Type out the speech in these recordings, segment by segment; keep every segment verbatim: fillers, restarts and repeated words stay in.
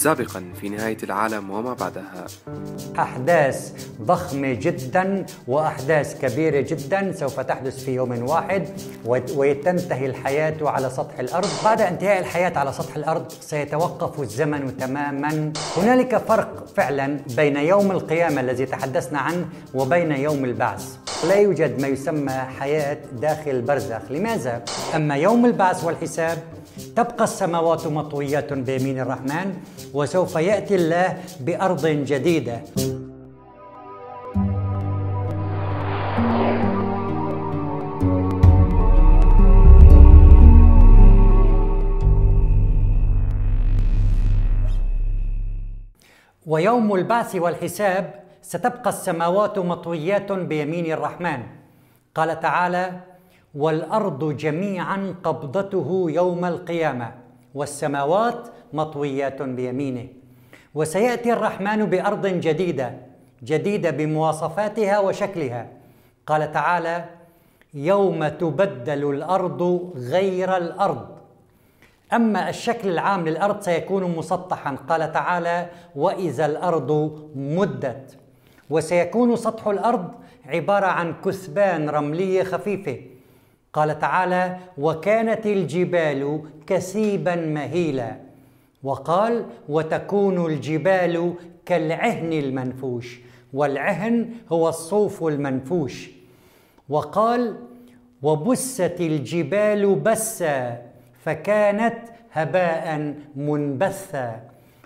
سابقا في نهاية العالم وما بعدها. أحداث ضخمة جدا وأحداث كبيرة جدا سوف تحدث في يوم واحد وتنتهي الحياة على سطح الأرض. بعد انتهاء الحياة على سطح الأرض سيتوقف الزمن تماما. هنالك فرق فعلا بين يوم القيامة الذي تحدثنا عنه وبين يوم البعث. لا يوجد ما يسمى حياة داخل البرزخ. لماذا؟ أما يوم البعث والحساب تبقى السماوات مطويات بيمين الرحمن، وسوف يأتي الله بأرض جديدة. ويوم البعث والحساب ستبقى السماوات مطويات بيمين الرحمن. قال تعالى: والأرض جميعا قبضته يوم القيامة والسماوات مطويات بيمينه. وسيأتي الرحمن بأرض جديدة جديدة بمواصفاتها وشكلها. قال تعالى: يوم تبدل الأرض غير الأرض. أما الشكل العام للأرض سيكون مسطحا. قال تعالى: وإذا الأرض مدت. وسيكون سطح الأرض عبارة عن كثبان رملية خفيفة. قال تعالى: وكانت الجبال كثيبا مهيلا. وقال: وتكون الجبال كالعهن المنفوش، والعهن هو الصوف المنفوش. وقال: وبست الجبال بسا فكانت هباء منبثا.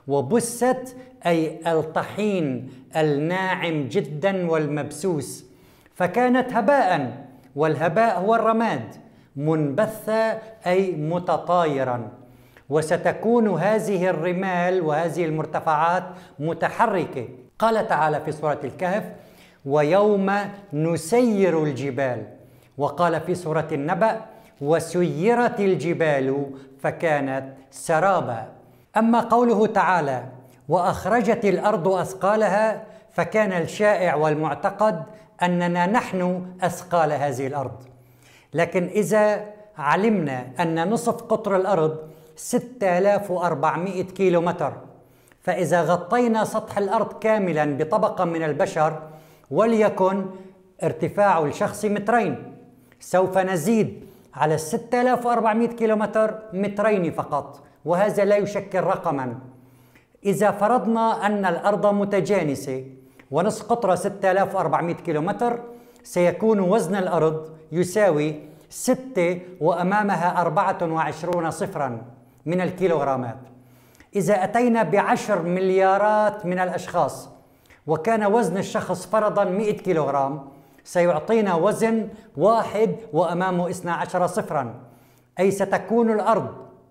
وبست أي الطحين الناعم جدا والمبسوس، فكانت هباء، والهباء هو الرماد. منبثا أي متطايرا. وستكون هذه الرمال وهذه المرتفعات متحركة. قال تعالى في سورة الكهف: ويوم نسير الجبال. وقال في سورة النبأ: وسيرت الجبال فكانت سرابا. أما قوله تعالى: وأخرجت الأرض أثقالها، فكان الشائع والمعتقد أننا نحن أثقال هذه الأرض. لكن إذا علمنا أن نصف قطر الأرض ستة آلاف وأربعمائة كيلومتر، فإذا غطينا سطح الأرض كاملا بطبقة من البشر وليكن ارتفاع الشخص مترين، سوف نزيد على الستة آلاف وأربعمائة كيلومتر مترين فقط، وهذا لا يشكل رقما. إذا فرضنا أن الأرض متجانسة ونصف قطرها ستة آلاف وأربعمائة كيلومتر، سيكون وزن الأرض يساوي ستة وأمامها أربعة وعشرون صفرا من الكيلوغرامات. إذا أتينا بعشر مليارات من الأشخاص وكان وزن الشخص فرضا مئة كيلوغرام، سيعطينا وزن واحد وأمامه اثنا عشر صفرا، أي ستكون الأرض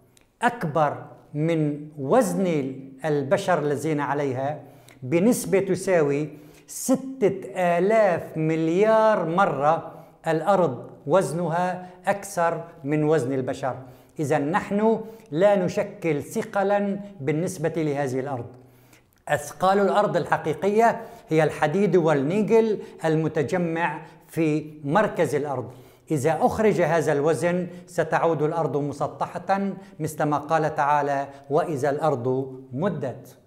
أكبر من وزن البشر الذين عليها بنسبة تساوي ستة آلاف مليار مرة. الأرض وزنها أكثر من وزن البشر. إذا نحن لا نشكل ثقلا بالنسبة لهذه الأرض. أثقال الأرض الحقيقية هي الحديد والنيكل المتجمع في مركز الأرض. إذا أخرج هذا الوزن ستعود الأرض مسطحة، مثل ما قال تعالى: وإذا الأرض مدت.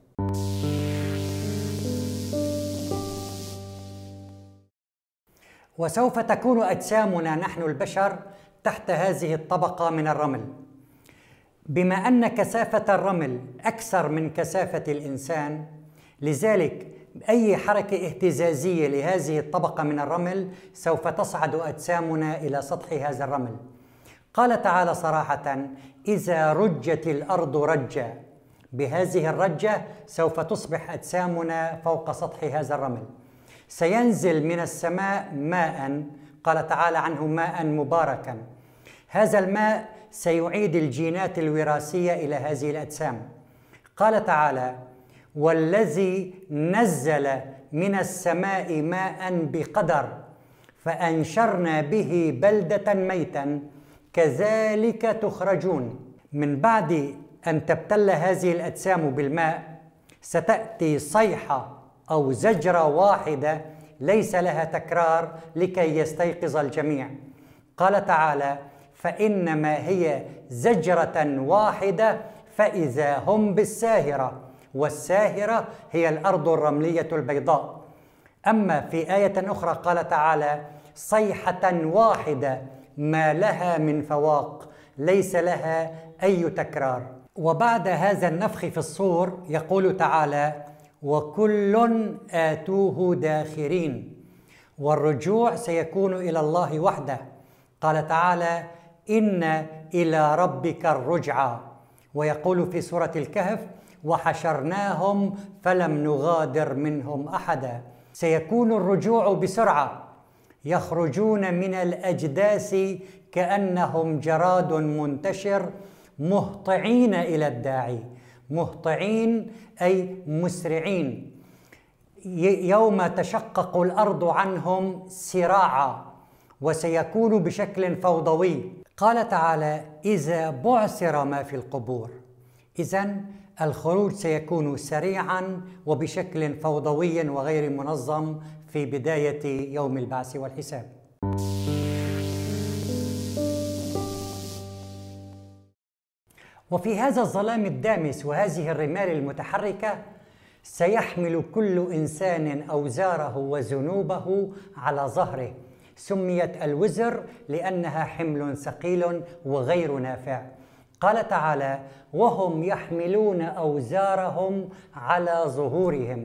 وسوف تكون أجسامنا نحن البشر تحت هذه الطبقة من الرمل. بما أن كثافة الرمل أكثر من كثافة الإنسان، لذلك أي حركة اهتزازية لهذه الطبقة من الرمل سوف تصعد أجسامنا إلى سطح هذا الرمل. قال تعالى صراحة: إذا رجت الأرض رجا. بهذه الرجة سوف تصبح أجسامنا فوق سطح هذا الرمل. سينزل من السماء ماء، قال تعالى عنه: ماء مباركا. هذا الماء سيعيد الجينات الوراثية إلى هذه الأجسام. قال تعالى: والذي نزل من السماء ماء بقدر فأنشرنا به بلدة ميتا كذلك تخرجون. من بعد أن تبتل هذه الأجسام بالماء ستأتي صيحة أو زجرة واحدة ليس لها تكرار لكي يستيقظ الجميع. قال تعالى: فإنما هي زجرة واحدة فإذا هم بالساهرة والساهرة هي الأرض الرملية البيضاء. أما في آية أخرى قال تعالى: صيحة واحدة ما لها من فواق ليس لها أي تكرار. وبعد هذا النفخ في الصور يقول تعالى: وكل آتوه داخرين. والرجوع سيكون إلى الله وحده. قال تعالى: إن إلى ربك الرجعى. ويقول في سورة الكهف: وحشرناهم فلم نغادر منهم أحدا. سيكون الرجوع بسرعة، يخرجون من الأجداث كأنهم جراد منتشر مهطعين إلى الداعي. مهطعين أي مسرعين. يوم تشقق الأرض عنهم سراعا، وسيكون بشكل فوضوي. قال تعالى: إذا بعثر ما في القبور. إذن الخروج سيكون سريعا وبشكل فوضوي وغير منظم في بداية يوم البعث والحساب. وفي هذا الظلام الدامس وهذه الرمال المتحركة سيحمل كل إنسان أوزاره وذنوبه على ظهره. سميت الوزر لأنها حمل ثقيل وغير نافع. قال تعالى: وهم يحملون أوزارهم على ظهورهم.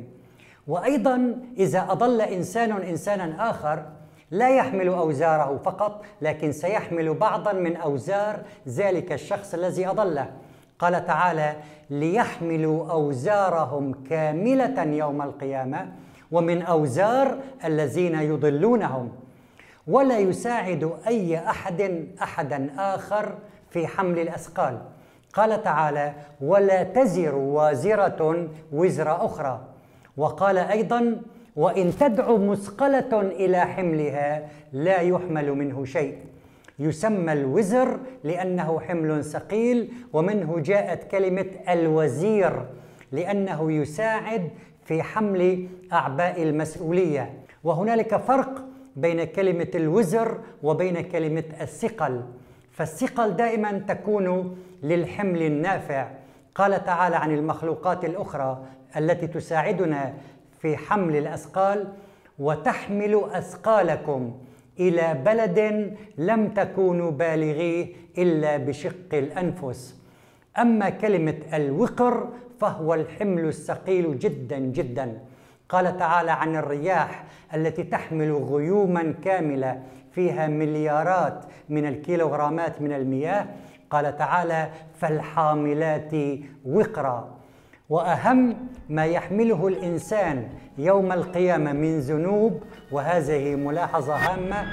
وأيضا إذا أضل إنسان إنسانا آخر لا يحمل أوزاره فقط، لكن سيحمل بعضا من أوزار ذلك الشخص الذي أضله. قال تعالى: ليحملوا أوزارهم كاملة يوم القيامة ومن أوزار الذين يضلونهم. ولا يساعد أي أحد أحدا آخر في حمل الأثقال. قال تعالى: ولا تزر وازرة وزر أخرى. وقال أيضا: وإن تدع مثقلة إلى حملها لا يحمل منه شيء. يسمى الوزر لأنه حمل ثقيل، ومنه جاءت كلمة الوزير لأنه يساعد في حمل أعباء المسؤولية. وهنالك فرق بين كلمة الوزر وبين كلمة الثقل. فالثقل دائما تكون للحمل النافع. قال تعالى عن المخلوقات الأخرى التي تساعدنا في حمل الأثقال: وتحمل أثقالكم إلى بلد لم تكونوا بالغيه إلا بشق الأنفس. أما كلمة الوقر فهو الحمل الثقيل جدا جدا. قال تعالى عن الرياح التي تحمل غيوما كاملة فيها مليارات من الكيلوغرامات من المياه. قال تعالى: فالحاملات وقرا. وأهم ما يحمله الإنسان يوم القيامة من ذنوب، وهذه ملاحظة هامة،